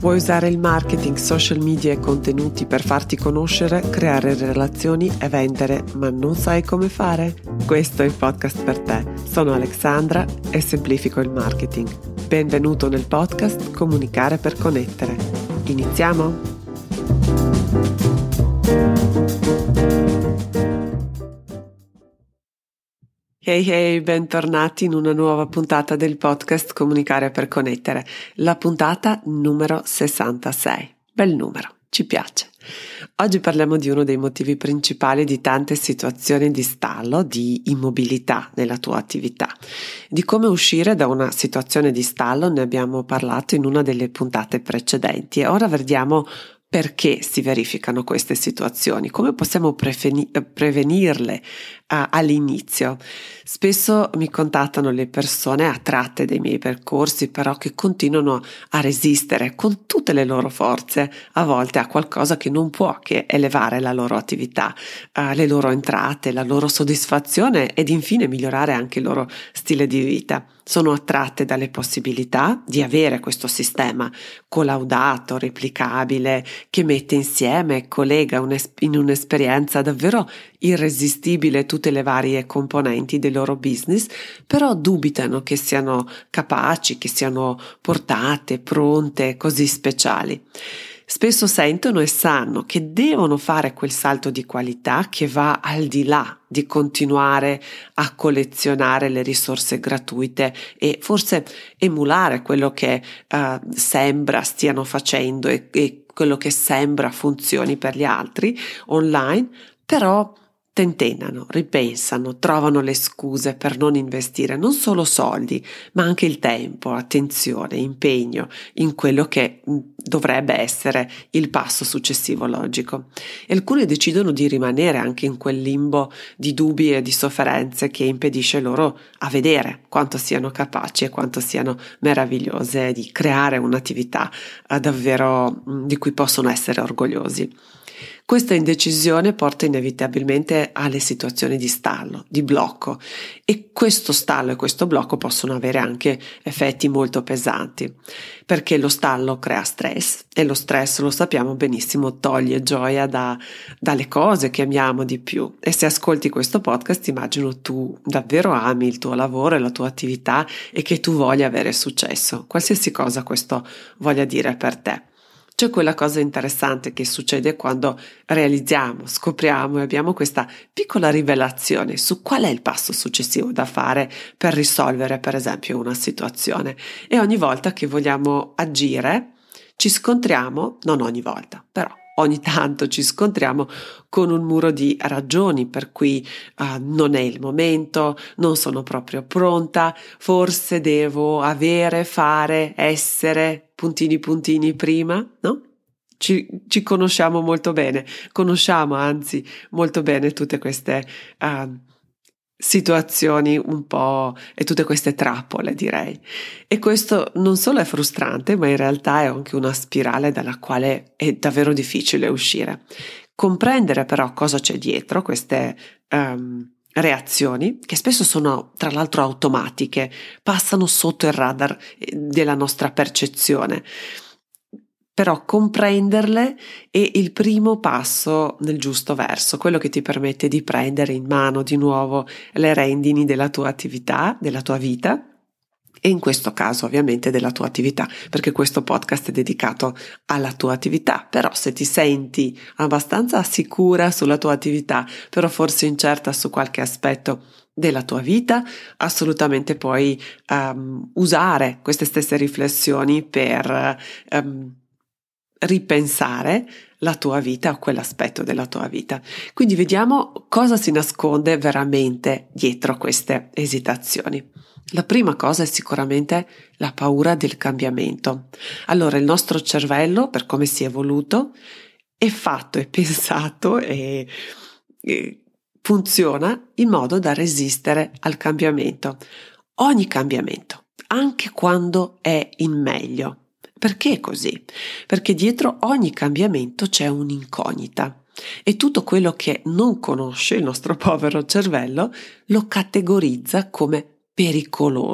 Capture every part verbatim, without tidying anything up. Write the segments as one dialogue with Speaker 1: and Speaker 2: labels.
Speaker 1: Vuoi usare il marketing, social media e contenuti per farti conoscere, creare relazioni e vendere, ma non sai come fare? Questo è il podcast per te. Sono Alexandra e semplifico il marketing. Benvenuto nel podcast Comunicare per connettere. Iniziamo? Hey hey, bentornati in una nuova puntata del podcast Comunicare per connettere, la puntata numero sessantasei. Bel numero, ci piace. Oggi parliamo di uno dei motivi principali di tante situazioni di stallo, di immobilità nella tua attività. Di come uscire da una situazione di stallo ne abbiamo parlato in una delle puntate precedenti e ora vediamo perché si verificano queste situazioni, come possiamo preveni- prevenirle uh, all'inizio. Spesso mi contattano le persone attratte dai miei percorsi, però che continuano a resistere con tutte le loro forze, a volte a qualcosa che non può che elevare la loro attività, uh, le loro entrate, la loro soddisfazione ed infine migliorare anche il loro stile di vita. Sono attratte dalle possibilità di avere questo sistema collaudato, replicabile, che mette insieme e collega in un'esperienza davvero irresistibile tutte le varie componenti del loro business, però dubitano che siano capaci, che siano portate, pronte, così speciali. Spesso sentono e sanno che devono fare quel salto di qualità che va al di là di continuare a collezionare le risorse gratuite e forse emulare quello che uh, sembra stiano facendo e, e quello che sembra funzioni per gli altri online, però tentennano, ripensano, trovano le scuse per non investire non solo soldi, ma anche il tempo, attenzione, impegno in quello che dovrebbe essere il passo successivo logico. E alcuni decidono di rimanere anche in quel limbo di dubbi e di sofferenze che impedisce loro a vedere quanto siano capaci e quanto siano meravigliose di creare un'attività davvero di cui possono essere orgogliosi. Questa indecisione porta inevitabilmente alle situazioni di stallo, di blocco, e questo stallo e questo blocco possono avere anche effetti molto pesanti, perché lo stallo crea stress e lo stress, lo sappiamo benissimo, toglie gioia da, dalle cose che amiamo di più. E se ascolti questo podcast immagino tu davvero ami il tuo lavoro e la tua attività e che tu voglia avere successo, qualsiasi cosa questo voglia dire per te. C'è quella cosa interessante che succede quando realizziamo, scopriamo e abbiamo questa piccola rivelazione su qual è il passo successivo da fare per risolvere, per esempio, una situazione. E ogni volta che vogliamo agire, ci scontriamo, non ogni volta, però ogni tanto ci scontriamo con un muro di ragioni per cui uh, non è il momento, non sono proprio pronta, forse devo avere, fare, essere, puntini puntini prima, no? Ci, ci conosciamo molto bene, conosciamo anzi molto bene tutte queste uh, situazioni un po' e tutte queste trappole, direi. E questo non solo è frustrante, ma in realtà è anche una spirale dalla quale è davvero difficile uscire. Comprendere però cosa c'è dietro queste um, reazioni, che spesso sono tra l'altro automatiche, passano sotto il radar della nostra percezione. Però comprenderle è il primo passo nel giusto verso, quello che ti permette di prendere in mano di nuovo le redini della tua attività, della tua vita e in questo caso ovviamente della tua attività, perché questo podcast è dedicato alla tua attività. Però se ti senti abbastanza sicura sulla tua attività, però forse incerta su qualche aspetto della tua vita, assolutamente puoi um, usare queste stesse riflessioni per um, ripensare la tua vita o quell'aspetto della tua vita. Quindi vediamo cosa si nasconde veramente dietro queste esitazioni. La prima cosa è sicuramente la paura del cambiamento. Allora, il nostro cervello, per come si è evoluto, è fatto e pensato e, e funziona in modo da resistere al cambiamento. Ogni cambiamento, anche quando è in meglio. Perché è così? Perché dietro ogni cambiamento c'è un'incognita e tutto quello che non conosce il nostro povero cervello lo categorizza come pericoloso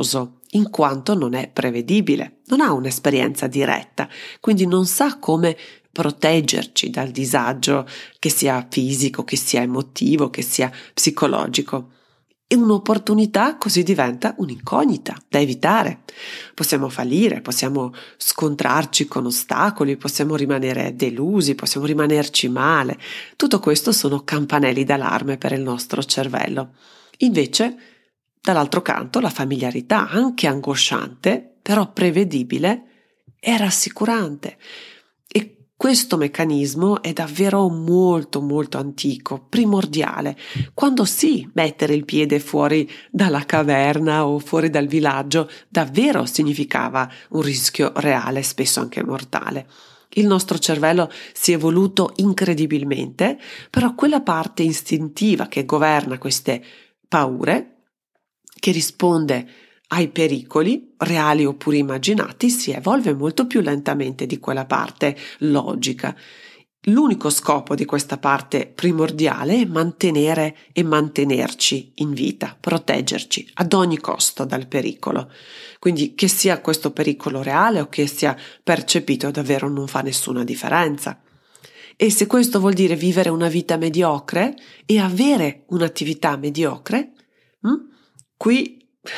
Speaker 1: in quanto non è prevedibile, non ha un'esperienza diretta, quindi non sa come proteggerci dal disagio, che sia fisico, che sia emotivo, che sia psicologico. E un'opportunità così diventa un'incognita da evitare. Possiamo fallire, possiamo scontrarci con ostacoli, possiamo rimanere delusi, possiamo rimanerci male. Tutto questo sono campanelli d'allarme per il nostro cervello. Invece, dall'altro canto, la familiarità, anche angosciante, però prevedibile, è rassicurante. E questo meccanismo è davvero molto molto antico, primordiale. Quando sì, mettere il piede fuori dalla caverna o fuori dal villaggio davvero significava un rischio reale, spesso anche mortale. Il nostro cervello si è evoluto incredibilmente, però quella parte istintiva che governa queste paure, che risponde ai pericoli, reali oppure immaginati, si evolve molto più lentamente di quella parte logica. L'unico scopo di questa parte primordiale è mantenere e mantenerci in vita, proteggerci ad ogni costo dal pericolo. Quindi che sia questo pericolo reale o che sia percepito, davvero non fa nessuna differenza. E se questo vuol dire vivere una vita mediocre e avere un'attività mediocre, hm? qui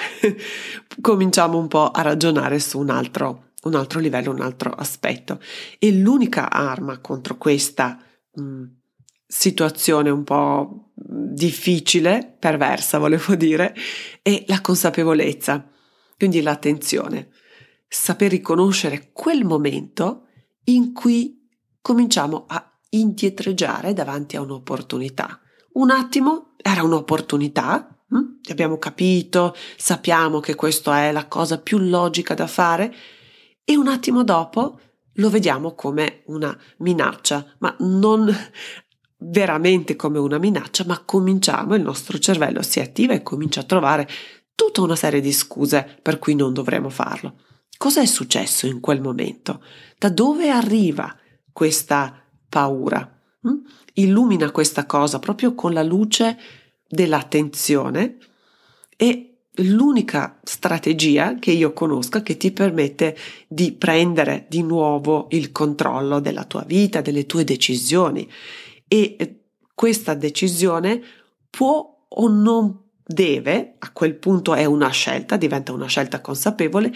Speaker 1: cominciamo un po' a ragionare su un altro, un altro livello, un altro aspetto. E l'unica arma contro questa mh, situazione un po' difficile, perversa volevo dire, è la consapevolezza, quindi l'attenzione, saper riconoscere quel momento in cui cominciamo a indietreggiare davanti a un'opportunità. Un attimo era un'opportunità, hm? Abbiamo capito, sappiamo che questa è la cosa più logica da fare e un attimo dopo lo vediamo come una minaccia, ma non veramente come una minaccia, ma cominciamo, il nostro cervello si attiva e comincia a trovare tutta una serie di scuse per cui non dovremo farlo. Cosa è successo in quel momento? Da dove arriva questa paura? Hm? Illumina questa cosa proprio con la luce dell'attenzione e l'unica strategia che io conosca che ti permette di prendere di nuovo il controllo della tua vita, delle tue decisioni. E questa decisione può o non deve, a quel punto è una scelta, diventa una scelta consapevole,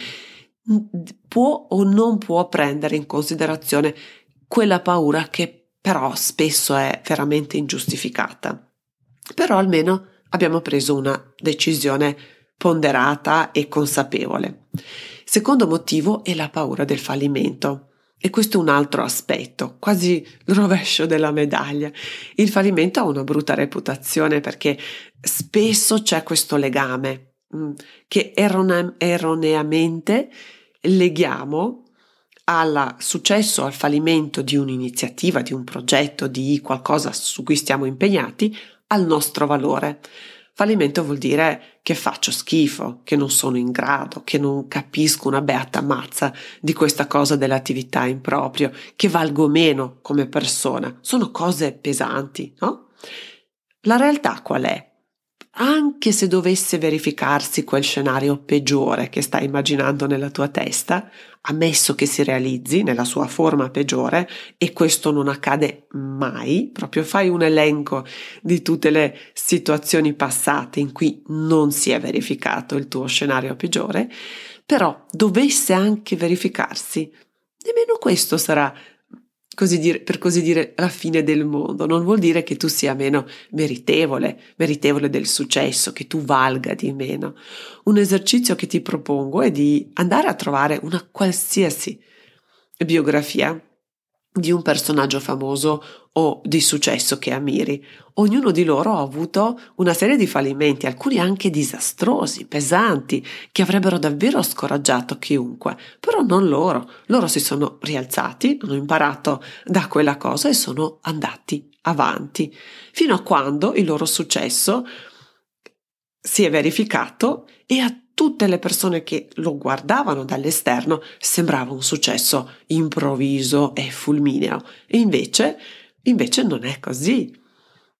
Speaker 1: può o non può prendere in considerazione quella paura che però spesso è veramente ingiustificata. Però almeno abbiamo preso una decisione ponderata e consapevole. Secondo motivo è la paura del fallimento. E questo è un altro aspetto, quasi il rovescio della medaglia. Il fallimento ha una brutta reputazione perché spesso c'è questo legame mh, che errone- erroneamente leghiamo al successo, al fallimento di un'iniziativa, di un progetto, di qualcosa su cui stiamo impegnati, al nostro valore. Fallimento vuol dire che faccio schifo, che non sono in grado, che non capisco una beata mazza di questa cosa dell'attività in proprio, che valgo meno come persona. Sono cose pesanti, no? La realtà qual è? Anche se dovesse verificarsi quel scenario peggiore che stai immaginando nella tua testa, ammesso che si realizzi nella sua forma peggiore, e questo non accade mai, proprio fai un elenco di tutte le situazioni passate in cui non si è verificato il tuo scenario peggiore, però dovesse anche verificarsi, nemmeno questo sarà così dire, per così dire, la fine del mondo. Non vuol dire che tu sia meno meritevole, meritevole del successo, che tu valga di meno. Un esercizio che ti propongo è di andare a trovare una qualsiasi biografia di un personaggio famoso o di successo che ammiri. Ognuno di loro ha avuto una serie di fallimenti, alcuni anche disastrosi, pesanti, che avrebbero davvero scoraggiato chiunque, però non loro. Loro si sono rialzati, hanno imparato da quella cosa e sono andati avanti, fino a quando il loro successo si è verificato e a tutte le persone che lo guardavano dall'esterno sembrava un successo improvviso e fulmineo. E invece, invece non è così.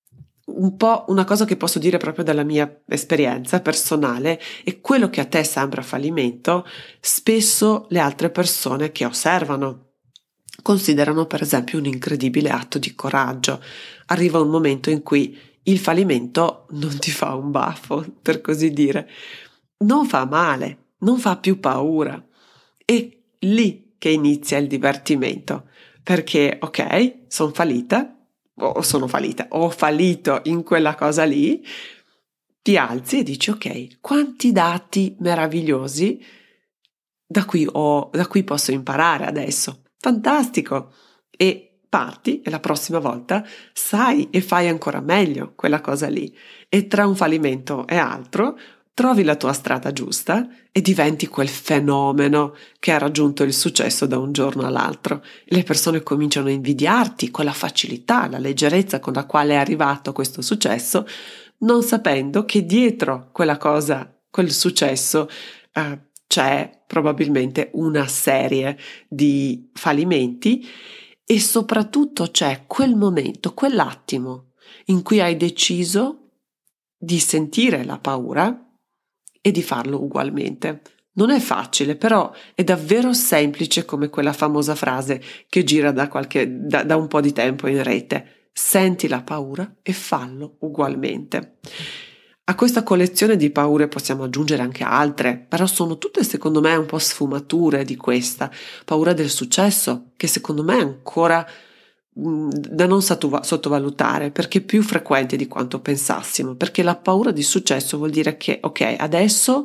Speaker 1: un po' una cosa che posso dire proprio dalla mia esperienza personale è quello che a te sembra fallimento, spesso le altre persone che osservano considerano per esempio un incredibile atto di coraggio. Arriva un momento in cui il fallimento non ti fa un baffo, per così dire, non fa male, non fa più paura. È lì che inizia il divertimento, perché ok, sono fallita, o sono fallita, ho fallito in quella cosa lì, ti alzi e dici ok, quanti dati meravigliosi da cui ho, da cui posso imparare adesso. Fantastico! E parti e la prossima volta sai e fai ancora meglio quella cosa lì. E tra un fallimento e altro trovi la tua strada giusta e diventi quel fenomeno che ha raggiunto il successo da un giorno all'altro. Le persone cominciano a invidiarti con la facilità, la leggerezza con la quale è arrivato questo successo, non sapendo che dietro quella cosa, quel successo, eh, c'è probabilmente una serie di fallimenti e soprattutto c'è quel momento, quell'attimo in cui hai deciso di sentire la paura e di farlo ugualmente. Non è facile, però è davvero semplice come quella famosa frase che gira da, qualche, da, da un po' di tempo in rete. Senti la paura e fallo ugualmente. A questa collezione di paure possiamo aggiungere anche altre, però sono tutte secondo me un po' sfumature di questa. Paura del successo, che secondo me è ancora mh, da non sottovalutare, perché è più frequente di quanto pensassimo, perché la paura di successo vuol dire che, ok, adesso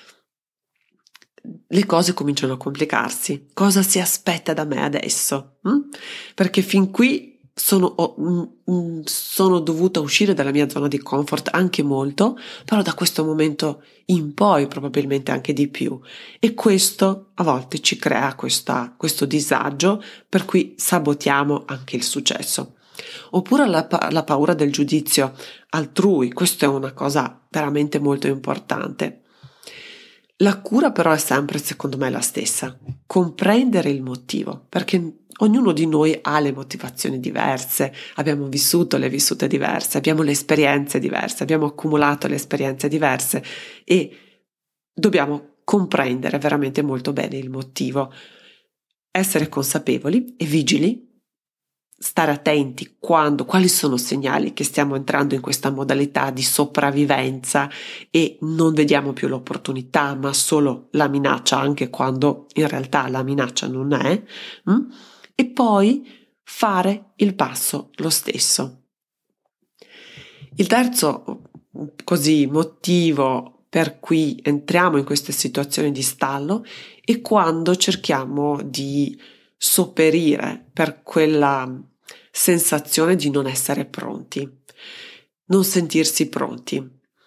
Speaker 1: le cose cominciano a complicarsi. Cosa si aspetta da me adesso? Hm? Perché fin qui sono, ho, mm, sono dovuta uscire dalla mia zona di comfort anche molto, però da questo momento in poi probabilmente anche di più. E questo a volte ci crea questa, questo disagio per cui sabotiamo anche il successo. Oppure la, la paura del giudizio altrui, questa è una cosa veramente molto importante. La cura però è sempre, secondo me, la stessa, comprendere il motivo, perché ognuno di noi ha le motivazioni diverse, abbiamo vissuto le vissute diverse, abbiamo le esperienze diverse, abbiamo accumulato le esperienze diverse e dobbiamo comprendere veramente molto bene il motivo, essere consapevoli e vigili, stare attenti quando, quali sono i segnali che stiamo entrando in questa modalità di sopravvivenza e non vediamo più l'opportunità ma solo la minaccia anche quando in realtà la minaccia non è, hm? E poi fare il passo lo stesso. Il terzo così motivo per cui entriamo in queste situazioni di stallo è quando cerchiamo di sopperire per quella sensazione di non essere pronti, non sentirsi pronti.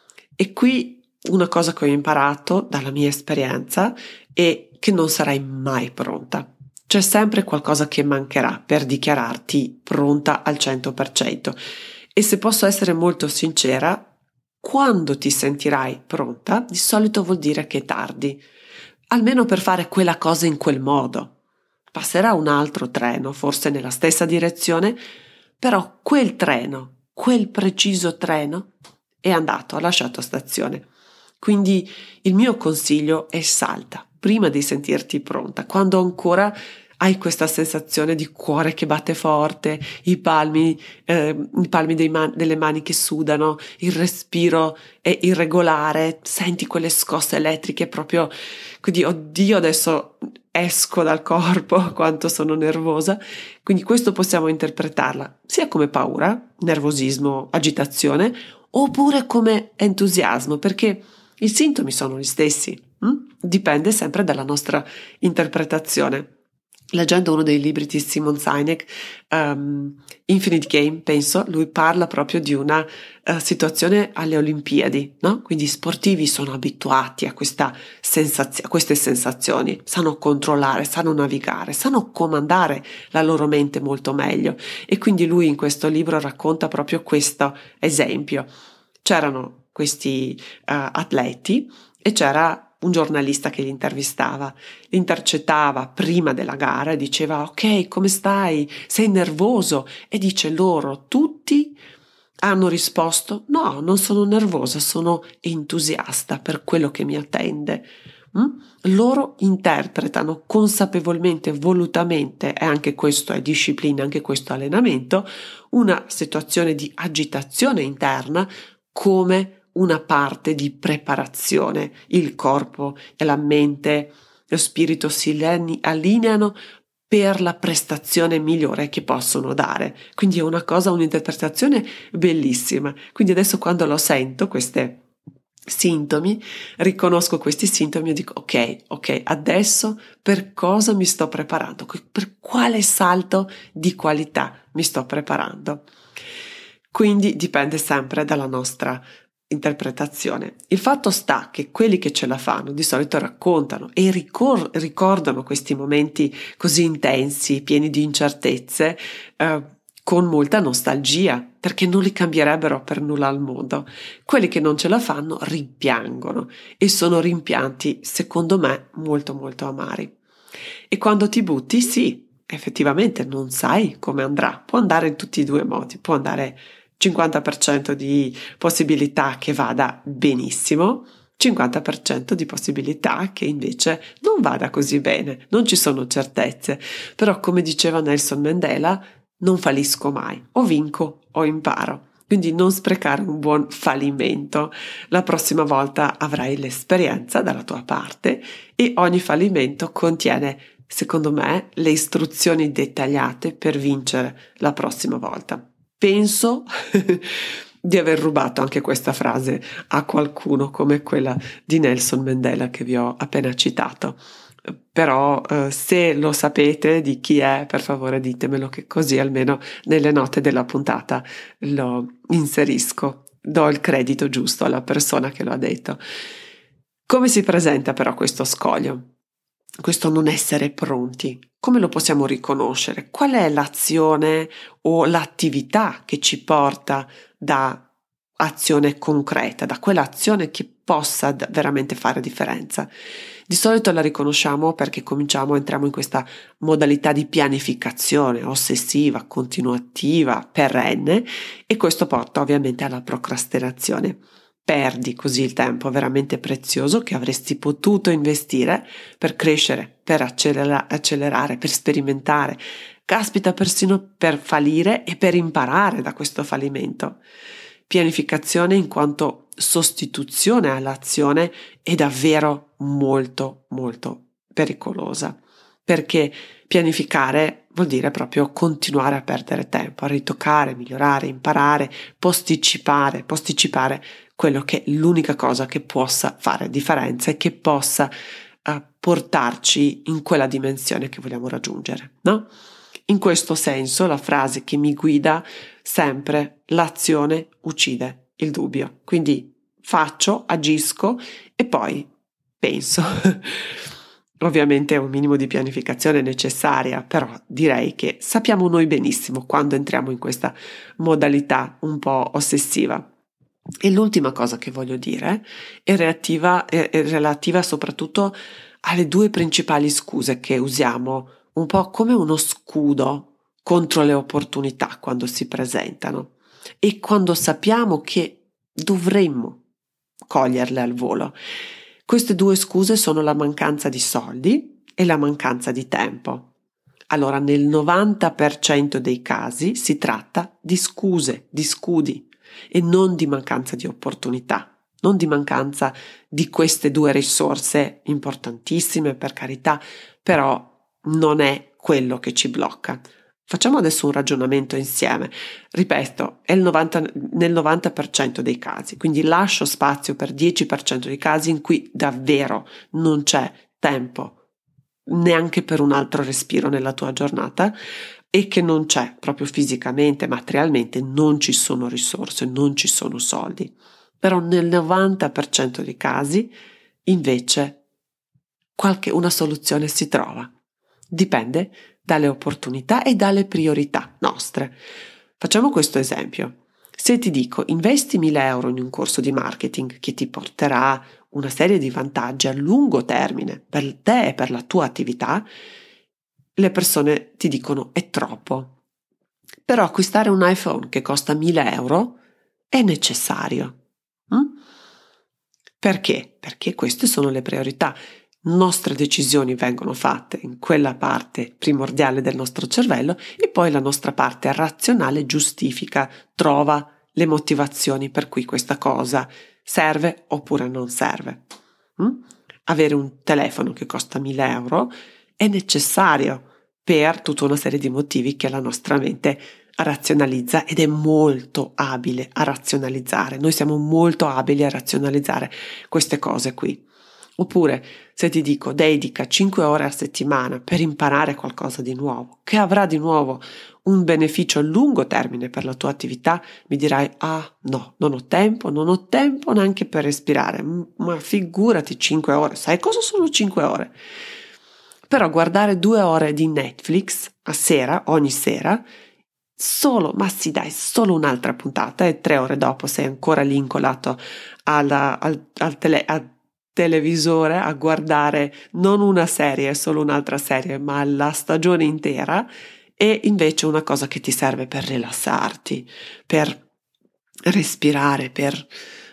Speaker 1: E qui una cosa che ho imparato dalla mia esperienza è che non sarai mai pronta. C'è sempre qualcosa che mancherà per dichiararti pronta al cento per cento. E se posso essere molto sincera, quando ti sentirai pronta, di solito vuol dire che è tardi, almeno per fare quella cosa in quel modo. Passerà un altro treno, forse nella stessa direzione, però quel treno, quel preciso treno, è andato, ha lasciato stazione. Quindi il mio consiglio è salta, prima di sentirti pronta, quando ancora hai questa sensazione di cuore che batte forte, i palmi, eh, i palmi dei man- delle mani che sudano, il respiro è irregolare, senti quelle scosse elettriche proprio, quindi oddio adesso esco dal corpo quanto sono nervosa. Quindi questo possiamo interpretarla sia come paura, nervosismo, agitazione, oppure come entusiasmo, perché i sintomi sono gli stessi, hm? Dipende sempre dalla nostra interpretazione. Leggendo uno dei libri di Simon Sinek, um, Infinite Game, penso, lui parla proprio di una uh, situazione alle Olimpiadi, no? Quindi i sportivi sono abituati a, questa sensazio- a queste sensazioni, sanno controllare, sanno navigare, sanno comandare la loro mente molto meglio. E quindi lui in questo libro racconta proprio questo esempio. C'erano questi uh, atleti e c'era un giornalista che li intervistava, li intercettava prima della gara e diceva ok, come stai? Sei nervoso? E dice loro tutti Hanno risposto: no, non sono nervosa, sono entusiasta per quello che mi attende. Mm? Loro interpretano consapevolmente, volutamente, e anche questo è disciplina, anche questo è allenamento, una situazione di agitazione interna come una parte di preparazione. Il corpo e la mente, lo spirito si allineano per la prestazione migliore che possono dare. Quindi è una cosa, un'interpretazione bellissima. Quindi adesso quando lo sento, queste sintomi, riconosco questi sintomi e dico ok, ok, adesso per cosa mi sto preparando? Per quale salto di qualità mi sto preparando? Quindi dipende sempre dalla nostra interpretazione. Il fatto sta che quelli che ce la fanno di solito raccontano e ricor- ricordano questi momenti così intensi, pieni di incertezze, eh, con molta nostalgia, perché non li cambierebbero per nulla al mondo. Quelli che non ce la fanno rimpiangono e sono rimpianti, secondo me, molto molto amari. E quando ti butti, sì, effettivamente non sai come andrà. Può andare in tutti e due i modi, può andare cinquanta per cento di possibilità che vada benissimo, cinquanta per cento di possibilità che invece non vada così bene, non ci sono certezze. Però, come diceva Nelson Mandela, non fallisco mai, o vinco o imparo. Quindi non sprecare un buon fallimento. La prossima volta avrai l'esperienza dalla tua parte e ogni fallimento contiene, secondo me, le istruzioni dettagliate per vincere la prossima volta. Penso di aver rubato anche questa frase a qualcuno come quella di Nelson Mandela che vi ho appena citato. Però eh, se lo sapete di chi è, per favore ditemelo, che così almeno nelle note della puntata lo inserisco, do il credito giusto alla persona che lo ha detto. Come si presenta però questo scoglio? Questo non essere pronti, come lo possiamo riconoscere? Qual è l'azione o l'attività che ci porta da azione concreta, da quell'azione che possa veramente fare differenza? Di solito la riconosciamo perché cominciamo, entriamo in questa modalità di pianificazione ossessiva, continuativa, perenne, e questo porta ovviamente alla procrastinazione. Perdi così il tempo veramente prezioso che avresti potuto investire per crescere, per accelera- accelerare, per sperimentare, caspita persino per fallire e per imparare da questo fallimento. Pianificazione in quanto sostituzione all'azione è davvero molto molto pericolosa, perché pianificare vuol dire proprio continuare a perdere tempo, a ritoccare, migliorare, imparare, posticipare, posticipare quello che è l'unica cosa che possa fare differenza e che possa uh, portarci in quella dimensione che vogliamo raggiungere, no? In questo senso la frase che mi guida sempre: l'azione uccide il dubbio. Quindi faccio, agisco e poi penso. Ovviamente un minimo di pianificazione è necessaria, però direi che sappiamo noi benissimo quando entriamo in questa modalità un po' ossessiva. E l'ultima cosa che voglio dire è relativa, è relativa soprattutto alle due principali scuse che usiamo un po' come uno scudo contro le opportunità quando si presentano e quando sappiamo che dovremmo coglierle al volo. Queste due scuse sono la mancanza di soldi e la mancanza di tempo. Allora, nel novanta per cento dei casi si tratta di scuse, di scudi e non di mancanza di opportunità, non di mancanza di queste due risorse importantissime, per carità, però non è quello che ci blocca. Facciamo adesso un ragionamento insieme. Ripeto, è il novanta, nel novanta per cento dei casi, quindi lascio spazio per dieci per cento dei casi in cui davvero non c'è tempo neanche per un altro respiro nella tua giornata e che non c'è proprio fisicamente, materialmente, non ci sono risorse, non ci sono soldi. Però nel novanta per cento dei casi invece qualche una soluzione si trova. Dipende dalle opportunità e dalle priorità nostre. Facciamo questo esempio. Se ti dico investi mille euro in un corso di marketing che ti porterà una serie di vantaggi a lungo termine per te e per la tua attività, le persone ti dicono è troppo. Però acquistare un iPhone che costa mille euro è necessario. Mm? Perché? Perché queste sono le priorità. Nostre decisioni vengono fatte in quella parte primordiale del nostro cervello e poi la nostra parte razionale giustifica, trova le motivazioni per cui questa cosa serve oppure non serve. Mm? Avere un telefono che costa mille euro è necessario per tutta una serie di motivi che la nostra mente razionalizza ed è molto abile a razionalizzare. Noi siamo molto abili a razionalizzare queste cose qui. Oppure se ti dico dedica cinque ore a settimana per imparare qualcosa di nuovo, che avrà di nuovo un beneficio a lungo termine per la tua attività, mi dirai ah no, non ho tempo, non ho tempo neanche per respirare, ma figurati cinque ore, sai cosa sono cinque ore? Però guardare due ore di Netflix a sera, ogni sera, solo, ma sì dai, solo un'altra puntata e tre ore dopo sei ancora lì incolato alla, al, al, tele, al televisore a guardare non una serie, solo un'altra serie, ma la stagione intera, e invece una cosa che ti serve per rilassarti, per respirare, per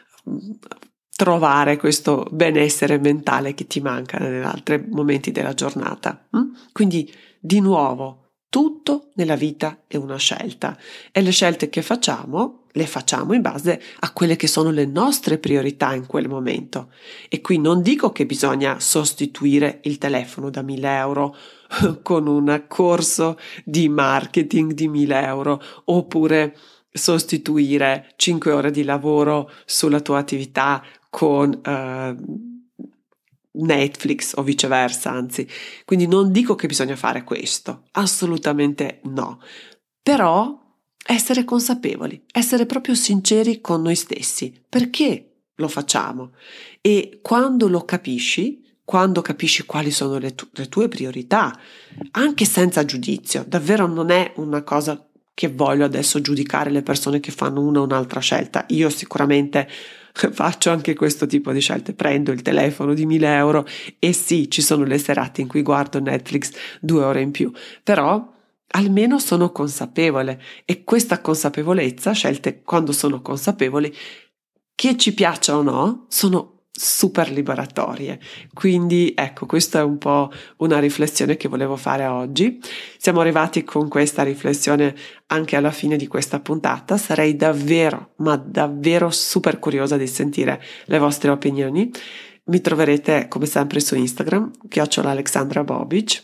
Speaker 1: trovare questo benessere mentale che ti manca negli altri momenti della giornata. Quindi, di nuovo, tutto nella vita è una scelta e le scelte che facciamo le facciamo in base a quelle che sono le nostre priorità in quel momento. E qui non dico che bisogna sostituire il telefono da mille euro con un corso di marketing di mille euro oppure sostituire cinque ore di lavoro sulla tua attività con uh, Netflix o viceversa, anzi. Quindi non dico che bisogna fare questo, assolutamente no. Però essere consapevoli, essere proprio sinceri con noi stessi. Perché lo facciamo? E quando lo capisci, quando capisci quali sono le, tu- le tue priorità, anche senza giudizio, davvero non è una cosa che voglio adesso giudicare le persone che fanno una o un'altra scelta. Io sicuramente faccio anche questo tipo di scelte, prendo il telefono di mille euro e sì, ci sono le serate in cui guardo Netflix due ore in più, però almeno sono consapevole e questa consapevolezza, scelte quando sono consapevoli, che ci piaccia o no, sono super liberatorie. Quindi ecco, questa è un po' una riflessione che volevo fare oggi. Siamo arrivati con questa riflessione anche alla fine di questa puntata. Sarei davvero, ma davvero super curiosa di sentire le vostre opinioni. Mi troverete come sempre su Instagram, chiocciola Alexandra Bobic,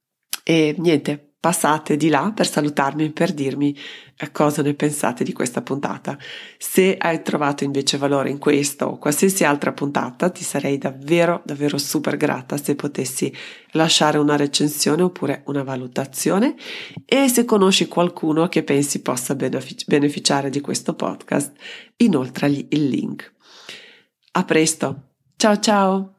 Speaker 1: e niente, passate di là per salutarmi e per dirmi cosa ne pensate di questa puntata. Se hai trovato invece valore in questa o qualsiasi altra puntata, ti sarei davvero davvero super grata se potessi lasciare una recensione oppure una valutazione, e se conosci qualcuno che pensi possa benefic- beneficiare di questo podcast, inoltragli il link. A presto, ciao ciao!